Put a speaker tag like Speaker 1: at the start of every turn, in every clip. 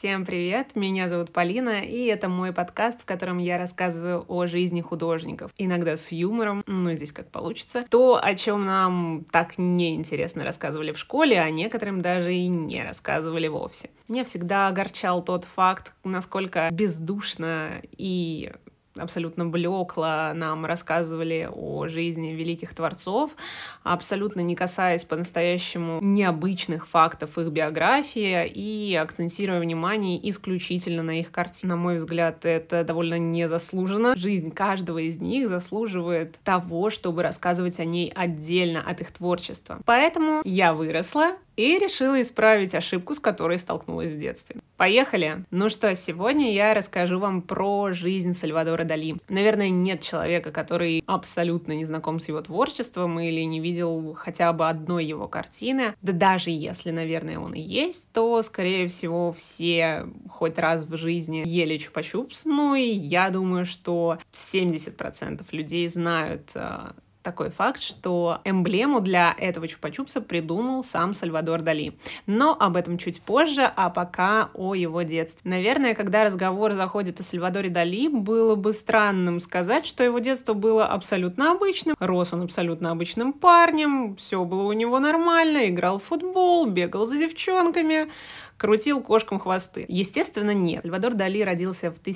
Speaker 1: Всем привет, меня зовут Полина, и это мой подкаст, в котором я рассказываю о жизни художников. Иногда с юмором, здесь как получится. То, о чем нам так неинтересно рассказывали в школе, а некоторым даже и не рассказывали вовсе. Меня всегда огорчал тот факт, насколько бездушно и абсолютно блекло нам рассказывали о жизни великих творцов, абсолютно не касаясь по-настоящему необычных фактов их биографии и акцентируя внимание исключительно на их картинах. На мой взгляд, это довольно незаслуженно. Жизнь каждого из них заслуживает того, чтобы рассказывать о ней отдельно от их творчества. Поэтому я выросла и решила исправить ошибку, с которой столкнулась в детстве. Поехали! Ну что, сегодня я расскажу вам про жизнь Сальвадора Дали. Наверное, нет человека, который абсолютно не знаком с его творчеством или не видел хотя бы одной его картины. Да даже если, наверное, он и есть, то, скорее всего, все хоть раз в жизни ели чупа-чупс. Ну и я думаю, что 70% людей знают такой факт, что эмблему для этого чупа-чупса придумал сам Сальвадор Дали. Но об этом чуть позже, а пока о его детстве. Наверное, когда разговор заходит о Сальвадоре Дали, было бы странным сказать, что его детство было абсолютно обычным. Рос он абсолютно обычным парнем, все было у него нормально, играл в футбол, бегал за девчонками, крутил кошкам хвосты. Естественно, нет. Сальвадор Дали родился в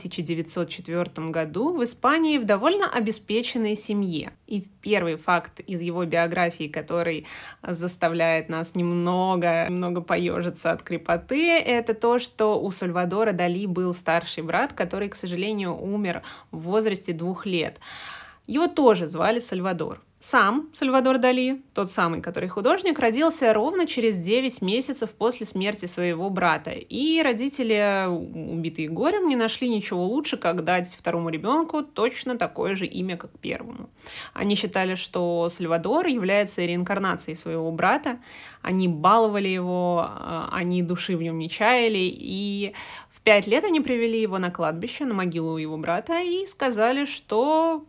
Speaker 1: 1904 году в Испании в довольно обеспеченной семье. И первый факт из его биографии, который заставляет нас немного поежиться от крепоты, это то, что у Сальвадора Дали был старший брат, который, к сожалению, умер в возрасте 2 лет. Его тоже звали Сальвадор. Сам Сальвадор Дали, тот самый, который художник, родился ровно через 9 месяцев после смерти своего брата. И родители, убитые горем, не нашли ничего лучше, как дать второму ребенку точно такое же имя, как первому. Они считали, что Сальвадор является реинкарнацией своего брата. Они баловали его, они души в нем не чаяли. И в 5 лет они привели его на кладбище, на могилу его брата, и сказали, что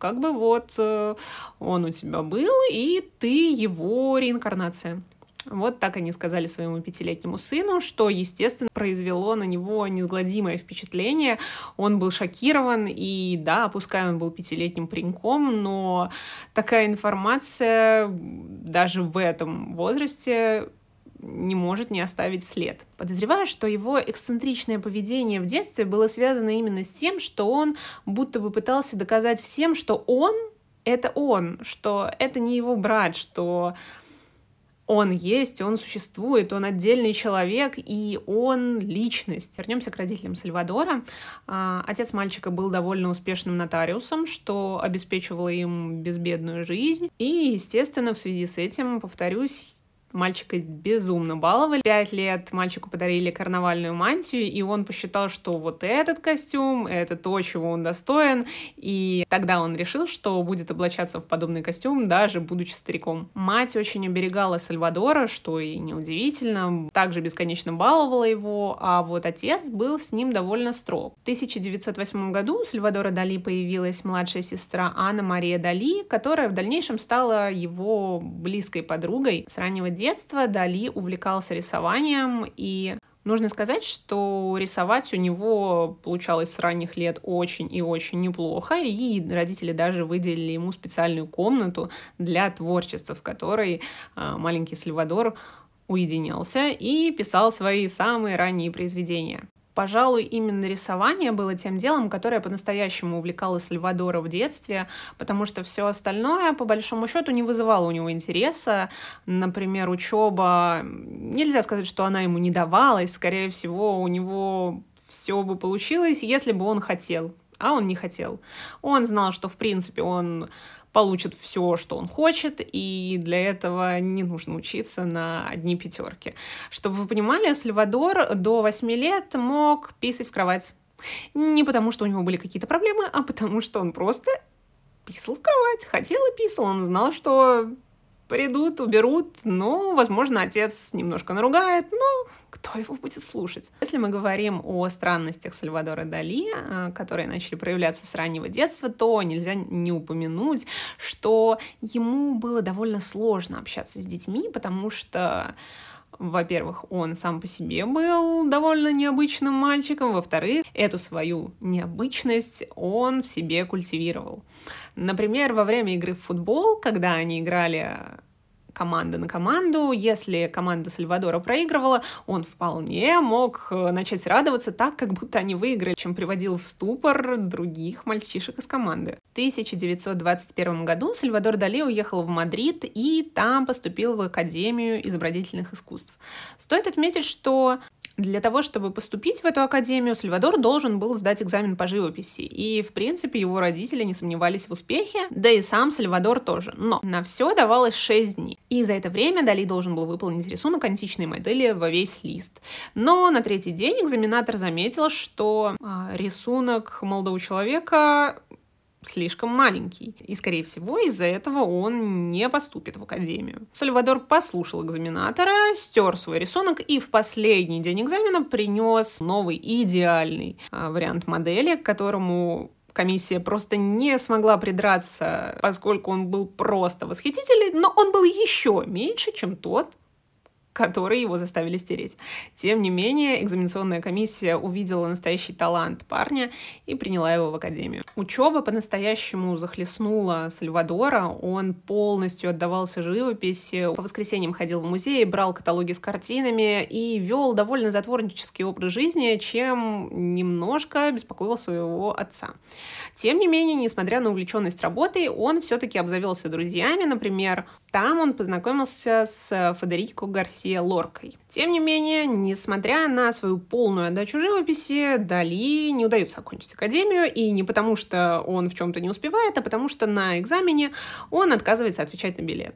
Speaker 1: он у тебя был, и ты его реинкарнация. Вот так они сказали своему 5-летнему сыну, что, естественно, произвело на него неизгладимое впечатление. Он был шокирован, и да, пускай он был 5-летним пареньком, но такая информация даже в этом возрасте не может не оставить след. Подозреваю, что его эксцентричное поведение в детстве было связано именно с тем, что он будто бы пытался доказать всем, что он — это он, что это не его брат, что он есть, он существует, он отдельный человек, и он личность. Вернемся к родителям Сальвадора. Отец мальчика был довольно успешным нотариусом, что обеспечивало им безбедную жизнь. И, естественно, в связи с этим, повторюсь, мальчика безумно баловали. 5 лет мальчику подарили карнавальную мантию, и он посчитал, что вот этот костюм — это то, чего он достоин, и тогда он решил, что будет облачаться в подобный костюм, даже будучи стариком. Мать очень оберегала Сальвадора, что и неудивительно, также бесконечно баловала его, а вот отец был с ним довольно строг. В 1908 году у Сальвадора Дали появилась младшая сестра Анна Мария Дали, которая в дальнейшем стала его близкой подругой. С раннего детства Дали увлекался рисованием, и нужно сказать, что рисовать у него получалось с ранних лет очень и очень неплохо, и родители даже выделили ему специальную комнату для творчества, в которой маленький Сальвадор уединялся и писал свои самые ранние произведения. Пожалуй, именно рисование было тем делом, которое по-настоящему увлекало Сальвадора в детстве, потому что все остальное, по большому счету, не вызывало у него интереса. Например, учеба, нельзя сказать, что она ему не давалась, скорее всего, у него все бы получилось, если бы он хотел, а он не хотел. Он знал, что, в принципе, он получит все, что он хочет, и для этого не нужно учиться на одни 5. Чтобы вы понимали, Сальвадор до 8 лет мог писать в кровать. Не потому, что у него были какие-то проблемы, а потому, что он просто писал в кровать. Хотел и писал. Он знал, что придут, уберут, возможно, отец немножко наругает, но кто его будет слушать? Если мы говорим о странностях Сальвадора Дали, которые начали проявляться с раннего детства, то нельзя не упомянуть, что ему было довольно сложно общаться с детьми, потому что во-первых, он сам по себе был довольно необычным мальчиком, во-вторых, эту свою необычность он в себе культивировал. Например, во время игры в футбол, когда они играли команда на команду, если команда Сальвадора проигрывала, он вполне мог начать радоваться так, как будто они выиграли, чем приводил в ступор других мальчишек из команды. В 1921 году Сальвадор Дали уехал в Мадрид и там поступил в Академию изобразительных искусств. Стоит отметить, что для того, чтобы поступить в эту академию, Сальвадор должен был сдать экзамен по живописи, и, в принципе, его родители не сомневались в успехе, да и сам Сальвадор тоже. Но на все давалось 6 дней, и за это время Дали должен был выполнить рисунок античной модели во весь лист. Но на 3-й день экзаменатор заметил, что рисунок молодого человека слишком маленький, и, скорее всего, из-за этого он не поступит в академию. Сальвадор послушал экзаменатора, стер свой рисунок и в последний день экзамена принес новый идеальный вариант модели, к которому комиссия просто не смогла придраться, поскольку он был просто восхитительный, но он был еще меньше, чем тот, который его заставили стереть. Тем не менее, экзаменационная комиссия увидела настоящий талант парня и приняла его в академию. Учеба по-настоящему захлестнула Сальвадора, он полностью отдавался живописи, по воскресеньям ходил в музей, брал каталоги с картинами и вел довольно затворнический образ жизни, чем немножко беспокоил своего отца. Тем не менее, несмотря на увлеченность работой, он все-таки обзавелся друзьями, например, там он познакомился с Федерико Гарсия Лоркой. Тем не менее, несмотря на свою полную отдачу живописи, Дали не удается окончить академию, и не потому, что он в чем-то не успевает, а потому что на экзамене он отказывается отвечать на билет.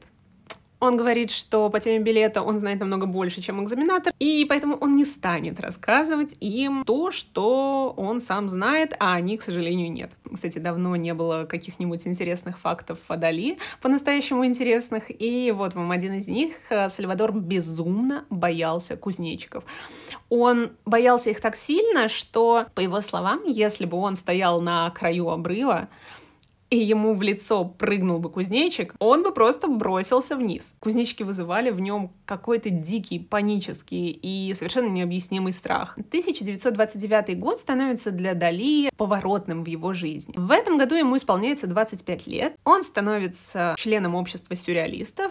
Speaker 1: Он говорит, что по теме билета он знает намного больше, чем экзаменатор, и поэтому он не станет рассказывать им то, что он сам знает, а они, к сожалению, нет. Кстати, давно не было каких-нибудь интересных фактов о Дали, по-настоящему интересных, и вот вам один из них. Сальвадор безумно боялся кузнечиков. Он боялся их так сильно, что, по его словам, если бы он стоял на краю обрыва, и ему в лицо прыгнул бы кузнечик, он бы просто бросился вниз. Кузнечики вызывали в нем какой-то дикий, панический и совершенно необъяснимый страх. 1929 год становится для Дали поворотным в его жизни. В этом году ему исполняется 25 лет, он становится членом общества сюрреалистов,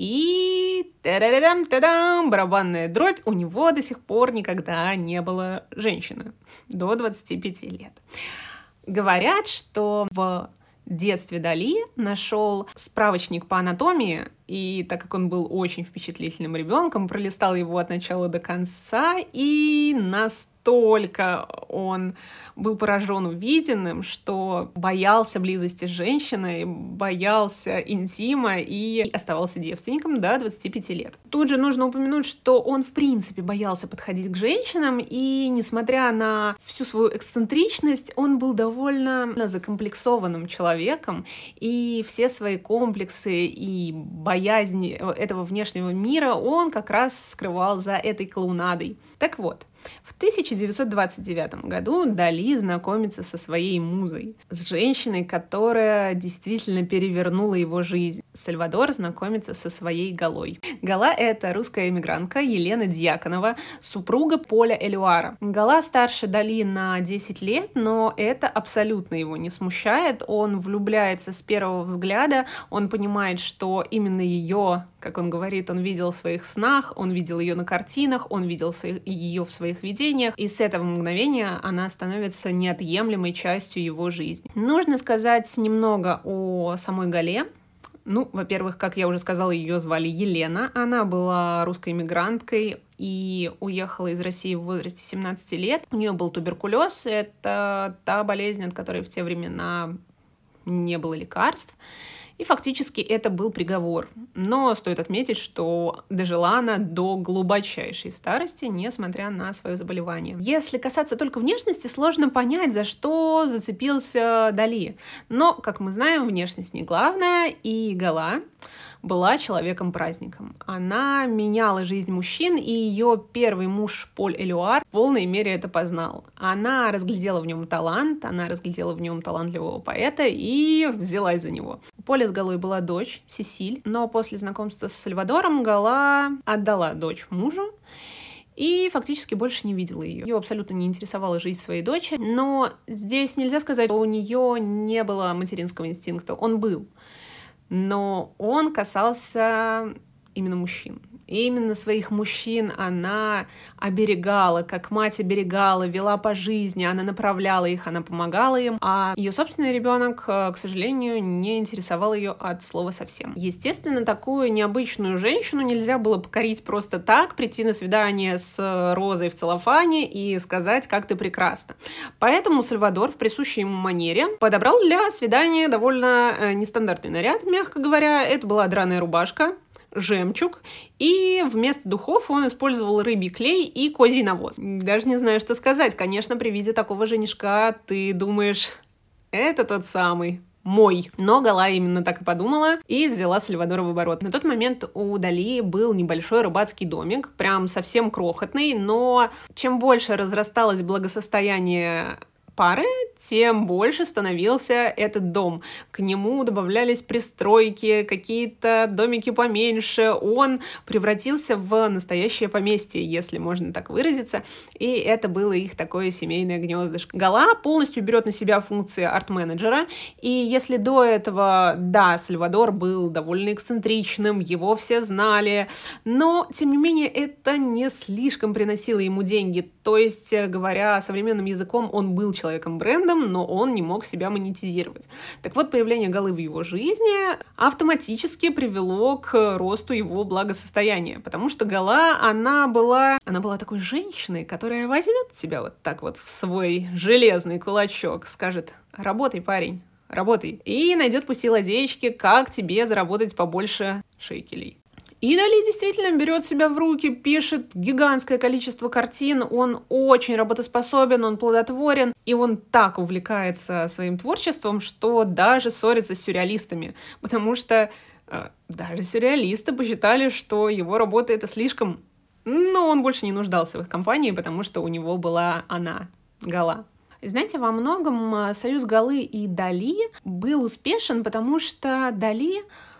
Speaker 1: и та-да-да-дам, барабанная дробь, у него до сих пор никогда не было женщины до 25 лет. Говорят, что в детстве Дали нашел справочник по анатомии, и так как он был очень впечатлительным ребенком, пролистал его от начала до конца, и настолько он был поражен увиденным, что боялся близости с женщиной, боялся интима и оставался девственником до 25 лет. Тут же нужно упомянуть, что он в принципе боялся подходить к женщинам, и несмотря на всю свою эксцентричность, он был довольно закомплексованным человеком, и все свои комплексы и боязнь этого внешнего мира он как раз скрывал за этой клоунадой. Так вот, в 1929 году Дали знакомится со своей музой, с женщиной, которая действительно перевернула его жизнь. Сальвадор знакомится со своей Галой. Гала — это русская эмигрантка Елена Дьяконова, супруга Поля Элюара. Гала старше Дали на 10 лет, но это абсолютно его не смущает. Он влюбляется с первого взгляда, он понимает, что именно ее, как он говорит, он видел в своих снах, он видел ее на картинах, он видел ее в своих видениях, и с этого мгновения она становится неотъемлемой частью его жизни. Нужно сказать немного о самой Гале. Ну, во-первых, как я уже сказала, ее звали Елена, она была русской эмигранткой и уехала из России в возрасте 17 лет. У нее был туберкулез, это та болезнь, от которой в те времена не было лекарств. И фактически это был приговор. Но стоит отметить, что дожила она до глубочайшей старости, несмотря на свое заболевание. Если касаться только внешности, сложно понять, за что зацепился Дали. Но, как мы знаем, внешность не главное, и Гала была человеком-праздником. Она меняла жизнь мужчин, и ее первый муж Поль Элюар в полной мере это познал. Она разглядела в нем талант, она разглядела в нем талантливого поэта и взялась за него. У Поля с Галой была дочь, Сесиль, но после знакомства с Сальвадором Гала отдала дочь мужу и фактически больше не видела ее. Ее абсолютно не интересовала жизнь своей дочери, но здесь нельзя сказать, что у нее не было материнского инстинкта. Он был, но он касался именно мужчин. И именно своих мужчин она оберегала, как мать оберегала, вела по жизни, она направляла их, она помогала им, а ее собственный ребенок, к сожалению, не интересовал ее от слова совсем. Естественно, такую необычную женщину нельзя было покорить просто так, прийти на свидание с розой в целлофане и сказать, как ты прекрасна. Поэтому Сальвадор в присущей ему манере подобрал для свидания довольно нестандартный наряд, мягко говоря. Это была драная рубашка, жемчуг, и вместо духов он использовал рыбий клей и козий навоз. Даже не знаю, что сказать. Конечно, при виде такого женишка ты думаешь, это тот самый, мой. Но Гала именно так и подумала и взяла Сальвадора в оборот. На тот момент у Дали был небольшой рыбацкий домик, прям совсем крохотный, но чем больше разрасталось благосостояние пары, тем больше становился этот дом. К нему добавлялись пристройки, какие-то домики поменьше. Он превратился в настоящее поместье, если можно так выразиться. И это было их такое семейное гнездышко. Гала полностью берет на себя функции арт-менеджера. И если до этого, да, Сальвадор был довольно эксцентричным, его все знали, но, тем не менее, это не слишком приносило ему деньги. То есть, говоря современным языком, он был человеком-брендом, но он не мог себя монетизировать. Так вот, появление Галы в его жизни автоматически привело к росту его благосостояния, потому что Гала, она была такой женщиной, которая возьмет тебя вот так вот в свой железный кулачок, скажет: «Работай, парень, работай», и найдет пути лазеечки, как тебе заработать побольше шекелей. И Дали действительно берет себя в руки, пишет гигантское количество картин, он очень работоспособен, он плодотворен, и он так увлекается своим творчеством, что даже ссорится с сюрреалистами, потому что даже сюрреалисты посчитали, что его работа — это слишком, но он больше не нуждался в их компании, потому что у него была она, Гала. Знаете, во многом союз Галы и Дали был успешен, потому что Дали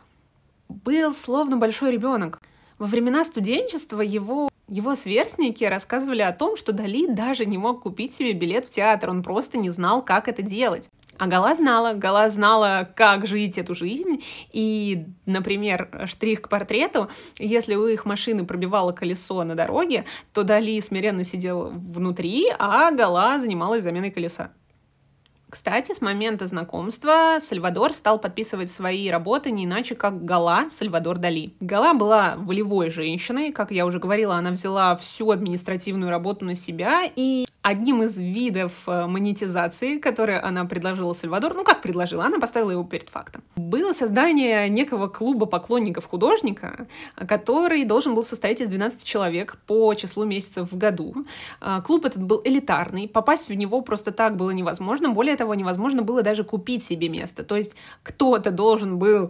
Speaker 1: был словно большой ребенок. Во времена студенчества его сверстники рассказывали о том, что Дали даже не мог купить себе билет в театр, он просто не знал, как это делать. А Гала знала, как жить эту жизнь, и, например, штрих к портрету, если у их машины пробивало колесо на дороге, то Дали смиренно сидел внутри, а Гала занималась заменой колеса. Кстати, с момента знакомства Сальвадор стал подписывать свои работы не иначе, как Гала Сальвадор Дали. Гала была волевой женщиной, как я уже говорила, она взяла всю административную работу на себя, и одним из видов монетизации, которые она предложила Сальвадору, она поставила его перед фактом, было создание некого клуба поклонников художника, который должен был состоять из 12 человек по числу месяцев в году. Клуб этот был элитарный, попасть в него просто так было невозможно, более того, невозможно было даже купить себе место, то есть кто-то должен был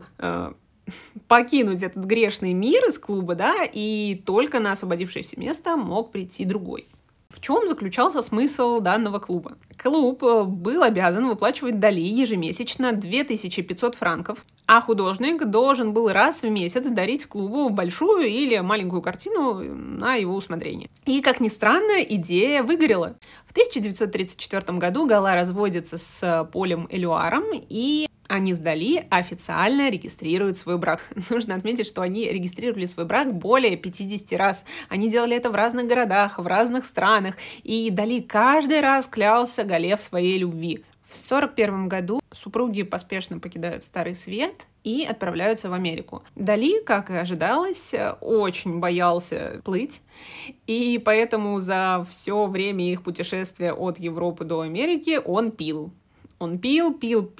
Speaker 1: покинуть этот грешный мир из клуба, да, и только на освободившееся место мог прийти другой. В чем заключался смысл данного клуба? Клуб был обязан выплачивать Дали ежемесячно 2500 франков, а художник должен был раз в месяц дарить клубу большую или маленькую картину на его усмотрение. И, как ни странно, идея выгорела. В 1934 году Гала разводится с Полем Элюаром, и они с Дали официально регистрируют свой брак. Нужно отметить, что они регистрировали свой брак более 50 раз. Они делали это в разных городах, в разных странах, и Дали каждый раз клялся Гале в своей любви. В 1941 году супруги поспешно покидают Старый Свет и отправляются в Америку. Дали, как и ожидалось, очень боялся плыть, и поэтому за все время их путешествия от Европы до Америки он пил. Он пил,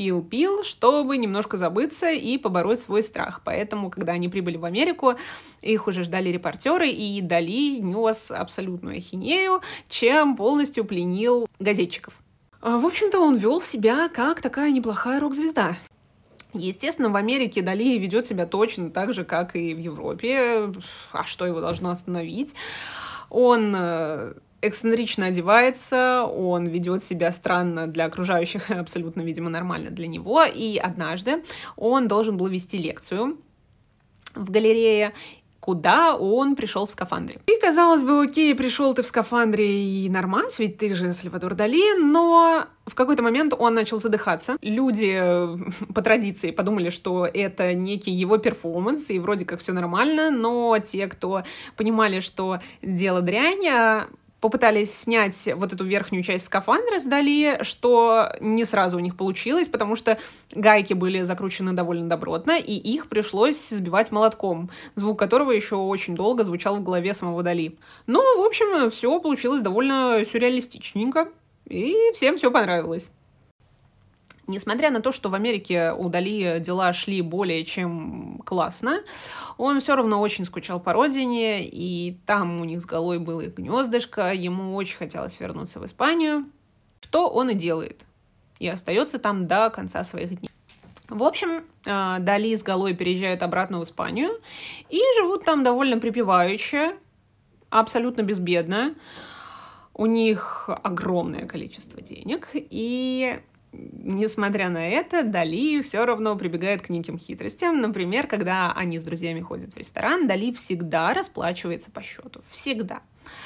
Speaker 1: чтобы немножко забыться и побороть свой страх. Поэтому, когда они прибыли в Америку, их уже ждали репортеры, и Дали нес абсолютную ахинею, чем полностью пленил газетчиков. В общем-то, он вел себя как такая неплохая рок-звезда. Естественно, в Америке Дали ведет себя точно так же, как и в Европе. А что его должно остановить? Он эксцентрично одевается, он ведет себя странно для окружающих, абсолютно, видимо, нормально для него. И однажды он должен был вести лекцию в галерее, куда он пришел в скафандре. И, казалось бы, окей, пришел ты в скафандре и нормас, ведь ты же Сальвадор Дали, но в какой-то момент он начал задыхаться. Люди по традиции подумали, что это некий его перформанс, и вроде как все нормально, но те, кто понимали, что дело дрянь, попытались снять вот эту верхнюю часть скафандра с Дали, что не сразу у них получилось, потому что гайки были закручены довольно добротно, и их пришлось сбивать молотком, звук которого еще очень долго звучал в голове самого Дали. Ну, в общем, все получилось довольно сюрреалистичненько, и всем все понравилось. Несмотря на то, что в Америке у Дали дела шли более чем классно, он все равно очень скучал по родине, и там у них с Галой было их гнездышко, ему очень хотелось вернуться в Испанию, что он и делает, и остается там до конца своих дней. В общем, Дали с Галой переезжают обратно в Испанию и живут там довольно припеваючи, абсолютно безбедно. У них огромное количество денег, и несмотря на это, Дали все равно прибегает к неким хитростям. Например, когда они с друзьями ходят в ресторан, Дали всегда расплачивается по счету. Всегда.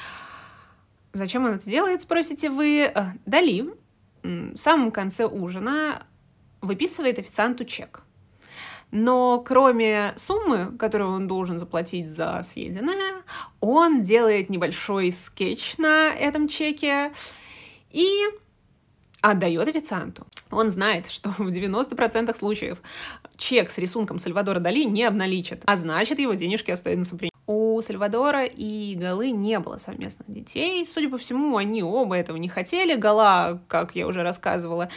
Speaker 1: Зачем он это делает, спросите вы? Дали в самом конце ужина выписывает официанту чек. Но кроме суммы, которую он должен заплатить за съеденное, он делает небольшой скетч на этом чеке и отдает официанту. Он знает, что в 90% случаев чек с рисунком Сальвадора Дали не обналичат, а значит, его денежки останутся при нем. У Сальвадора и Галы не было совместных детей. Судя по всему, они оба этого не хотели. Гала, как я уже рассказывала,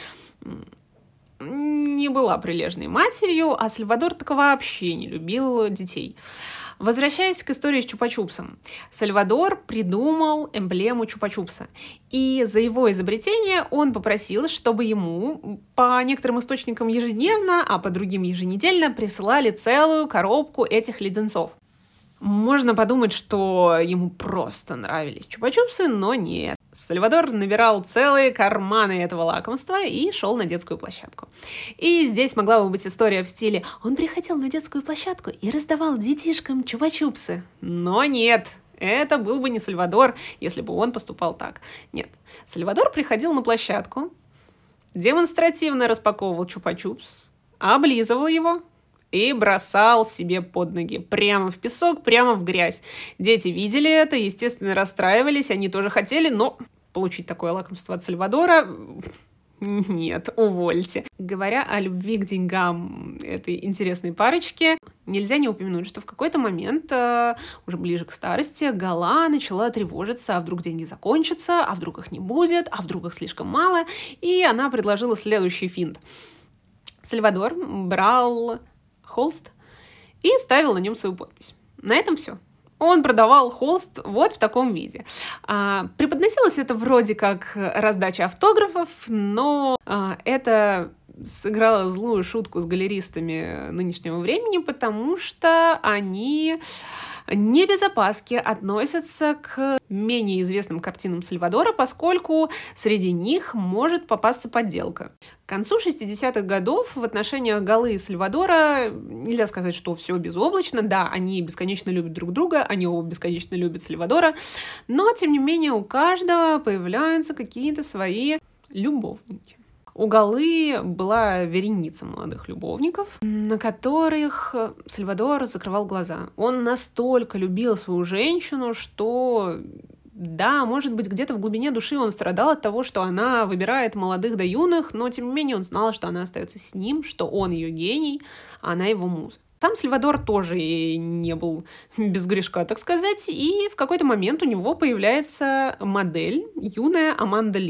Speaker 1: не была прилежной матерью, а Сальвадор так вообще не любил детей. Возвращаясь к истории с Чупа-Чупсом, Сальвадор придумал эмблему Чупа-Чупса, и за его изобретение он попросил, чтобы ему по некоторым источникам ежедневно, а по другим еженедельно присылали целую коробку этих леденцов. Можно подумать, что ему просто нравились Чупа-Чупсы, но нет. Сальвадор набирал целые карманы этого лакомства и шел на детскую площадку. И здесь могла бы быть история в стиле «Он приходил на детскую площадку и раздавал детишкам Чупа-Чупсы». Но нет, это был бы не Сальвадор, если бы он поступал так. Нет, Сальвадор приходил на площадку, демонстративно распаковывал Чупа-Чупс, облизывал его и бросал себе под ноги. Прямо в песок, прямо в грязь. Дети видели это, естественно, расстраивались. Они тоже хотели, но получить такое лакомство от Сальвадора... Нет, увольте. Говоря о любви к деньгам этой интересной парочки, нельзя не упомянуть, что в какой-то момент, уже ближе к старости, Гала начала тревожиться, а вдруг деньги закончатся, а вдруг их не будет, а вдруг их слишком мало, и она предложила следующий финт. Сальвадор брал холст и ставил на нем свою подпись. На этом все. Он продавал холст вот в таком виде. Преподносилось это вроде как раздача автографов, но это сыграло злую шутку с галеристами нынешнего времени, потому что они не без опаски относятся к менее известным картинам Сальвадора, поскольку среди них может попасться подделка. К концу 60-х годов в отношениях Галы и Сальвадора нельзя сказать, что все безоблачно. Да, они бесконечно любят друг друга, они оба бесконечно любят Сальвадора, но, тем не менее, у каждого появляются какие-то свои любовники. У Галы была вереница молодых любовников, на которых Сальвадор закрывал глаза. Он настолько любил свою женщину, что, да, может быть, где-то в глубине души он страдал от того, что она выбирает молодых да юных, но, тем не менее, он знал, что она остается с ним, что он ее гений, а она его муза. Сам Сальвадор тоже не был без грешка, так сказать, и в какой-то момент у него появляется модель, юная Аманда Лир.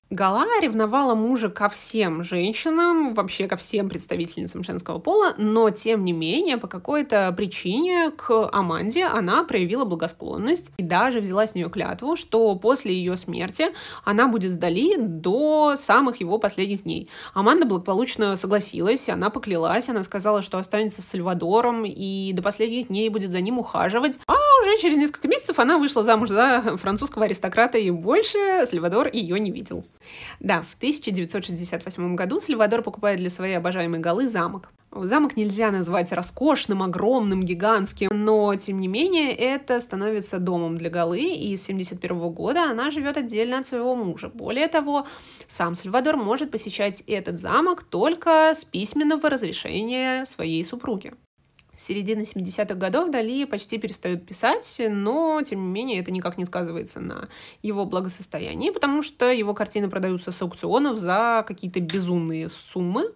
Speaker 1: Гала ревновала мужа ко всем женщинам, вообще ко всем представительницам женского пола, но, тем не менее, по какой-то причине к Аманде она проявила благосклонность и даже взяла с нее клятву, что после ее смерти она будет с Дали до самых его последних дней. Аманда благополучно согласилась, она поклялась, она сказала, что останется с Сальвадором и до последних дней будет за ним ухаживать. А уже через несколько месяцев она вышла замуж за французского аристократа, и больше Сальвадор ее не видел. Да, в 1968 году Сальвадор покупает для своей обожаемой Галы замок. Замок нельзя назвать роскошным, огромным, гигантским, но, тем не менее, это становится домом для Галы, и с 1971 года она живет отдельно от своего мужа. Более того, сам Сальвадор может посещать этот замок только с письменного разрешения своей супруги. С середины 70-х годов Дали почти перестает писать, но, тем не менее, это никак не сказывается на его благосостоянии, потому что его картины продаются с аукционов за какие-то безумные суммы.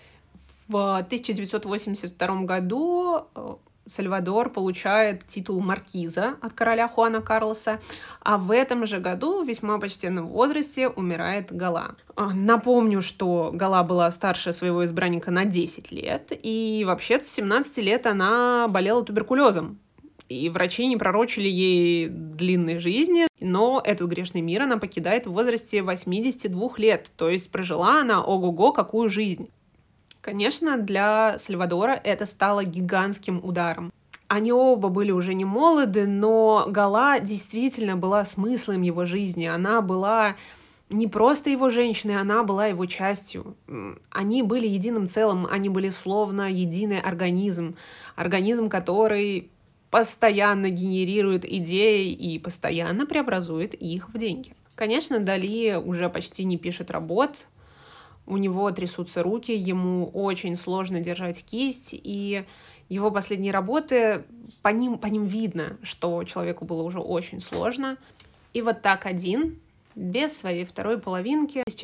Speaker 1: В 1982 году Сальвадор получает титул маркиза от короля Хуана Карлоса, а в этом же году в весьма почтенном возрасте умирает Гала. Напомню, что Гала была старше своего избранника на 10 лет, и вообще-то с 17 лет она болела туберкулезом. И врачи не пророчили ей длинной жизни, но этот грешный мир она покидает в возрасте 82 лет, то есть прожила она ого-го какую жизнь. Конечно, для Сальвадора это стало гигантским ударом. Они оба были уже не молоды, но Гала действительно была смыслом его жизни. Она была не просто его женщиной, она была его частью. Они были единым целым, они были словно единый организм. Организм, который постоянно генерирует идеи и постоянно преобразует их в деньги. Конечно, Дали уже почти не пишет работ, у него трясутся руки, ему очень сложно держать кисть, и его последние работы, по ним видно, что человеку было уже очень сложно. И вот так один, без своей второй половинки, в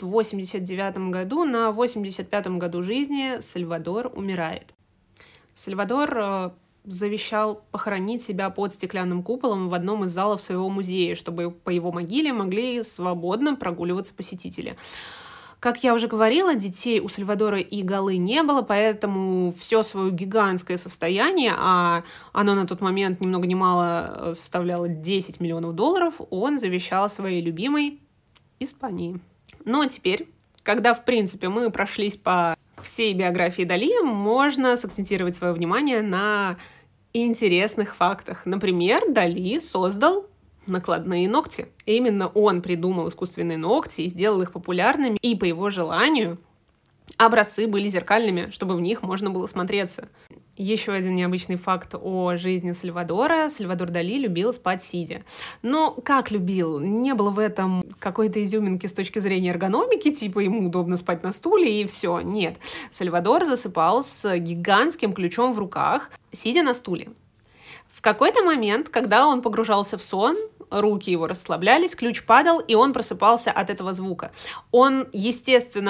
Speaker 1: 1989 году, на 85-м году жизни, Сальвадор умирает. Сальвадор завещал похоронить себя под стеклянным куполом в одном из залов своего музея, чтобы по его могиле могли свободно прогуливаться посетители. Как я уже говорила, детей у Сальвадора и Галы не было, поэтому все свое гигантское состояние, а оно на тот момент ни много ни мало составляло $10 миллионов, он завещал своей любимой Испании. Но теперь, когда, в принципе, мы прошлись по всей биографии Дали, можно сакцентировать свое внимание на интересных фактах. Например, Дали создал накладные ногти. Именно он придумал искусственные ногти и сделал их популярными, и по его желанию образцы были зеркальными, чтобы в них можно было смотреться. Еще один необычный факт о жизни Сальвадора. Сальвадор Дали любил спать сидя. Но как любил? Не было в этом какой-то изюминки с точки зрения эргономики, типа ему удобно спать на стуле и все. Нет. Сальвадор засыпал с гигантским ключом в руках, сидя на стуле. В какой-то момент, когда он погружался в сон, руки его расслаблялись, ключ падал, и он просыпался от этого звука. Он, естественно,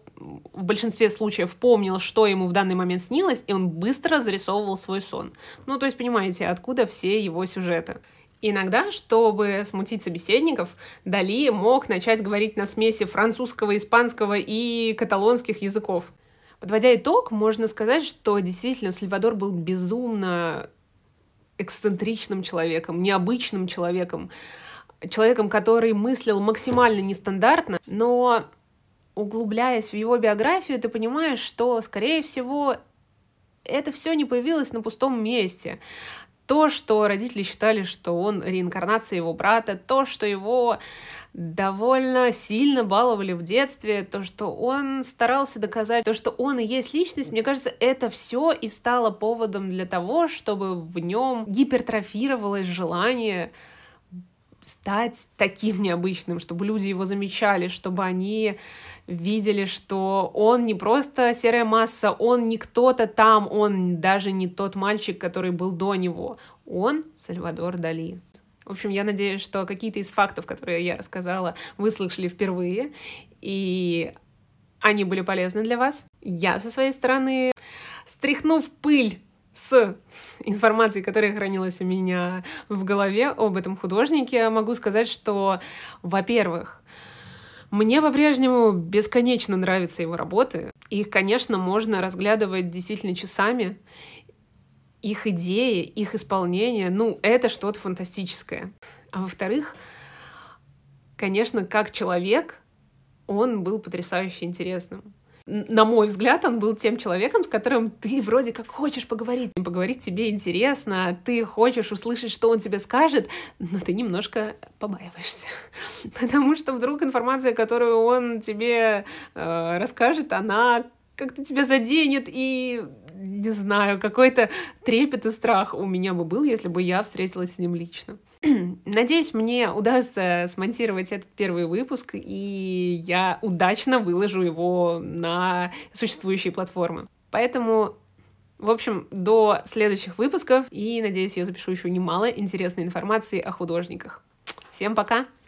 Speaker 1: в большинстве случаев помнил, что ему в данный момент снилось, и он быстро зарисовывал свой сон. Ну, то есть, понимаете, откуда все его сюжеты. Иногда, чтобы смутить собеседников, Дали мог начать говорить на смеси французского, испанского и каталонских языков. Подводя итог, можно сказать, что действительно Сальвадор был безумно эксцентричным человеком, необычным человеком, который мыслил максимально нестандартно, но, углубляясь в его биографию, ты понимаешь, что, скорее всего, это все не появилось на пустом месте. То, что родители считали, что он реинкарнация его брата, то, что его довольно сильно баловали в детстве, то, что он старался доказать, то, что он и есть личность, мне кажется, это все и стало поводом для того, чтобы в нем гипертрофировалось желание стать таким необычным, чтобы люди его замечали, чтобы они видели, что он не просто серая масса, он не кто-то там, он даже не тот мальчик, который был до него. Он Сальвадор Дали. В общем, я надеюсь, что какие-то из фактов, которые я рассказала, вы слышали впервые, и они были полезны для вас. Я, со своей стороны, стряхнув пыль с информацией, которая хранилась у меня в голове об этом художнике, могу сказать, что, во-первых, Мне по-прежнему бесконечно нравятся его работы. Их, конечно, можно разглядывать действительно часами. Их идеи, их исполнение, это что-то фантастическое. А во-вторых, конечно, как человек, он был потрясающе интересным. На мой взгляд, он был тем человеком, с которым ты вроде как хочешь поговорить. Поговорить тебе интересно, ты хочешь услышать, что он тебе скажет, но ты немножко побаиваешься. Потому что вдруг информация, которую он тебе расскажет, она как-то тебя заденет, и, не знаю, какой-то трепет и страх у меня бы был, если бы я встретилась с ним лично. Надеюсь, мне удастся смонтировать этот первый выпуск, и я удачно выложу его на существующие платформы. Поэтому, в общем, до следующих выпусков, и, надеюсь, я запишу еще немало интересной информации о художниках. Всем пока!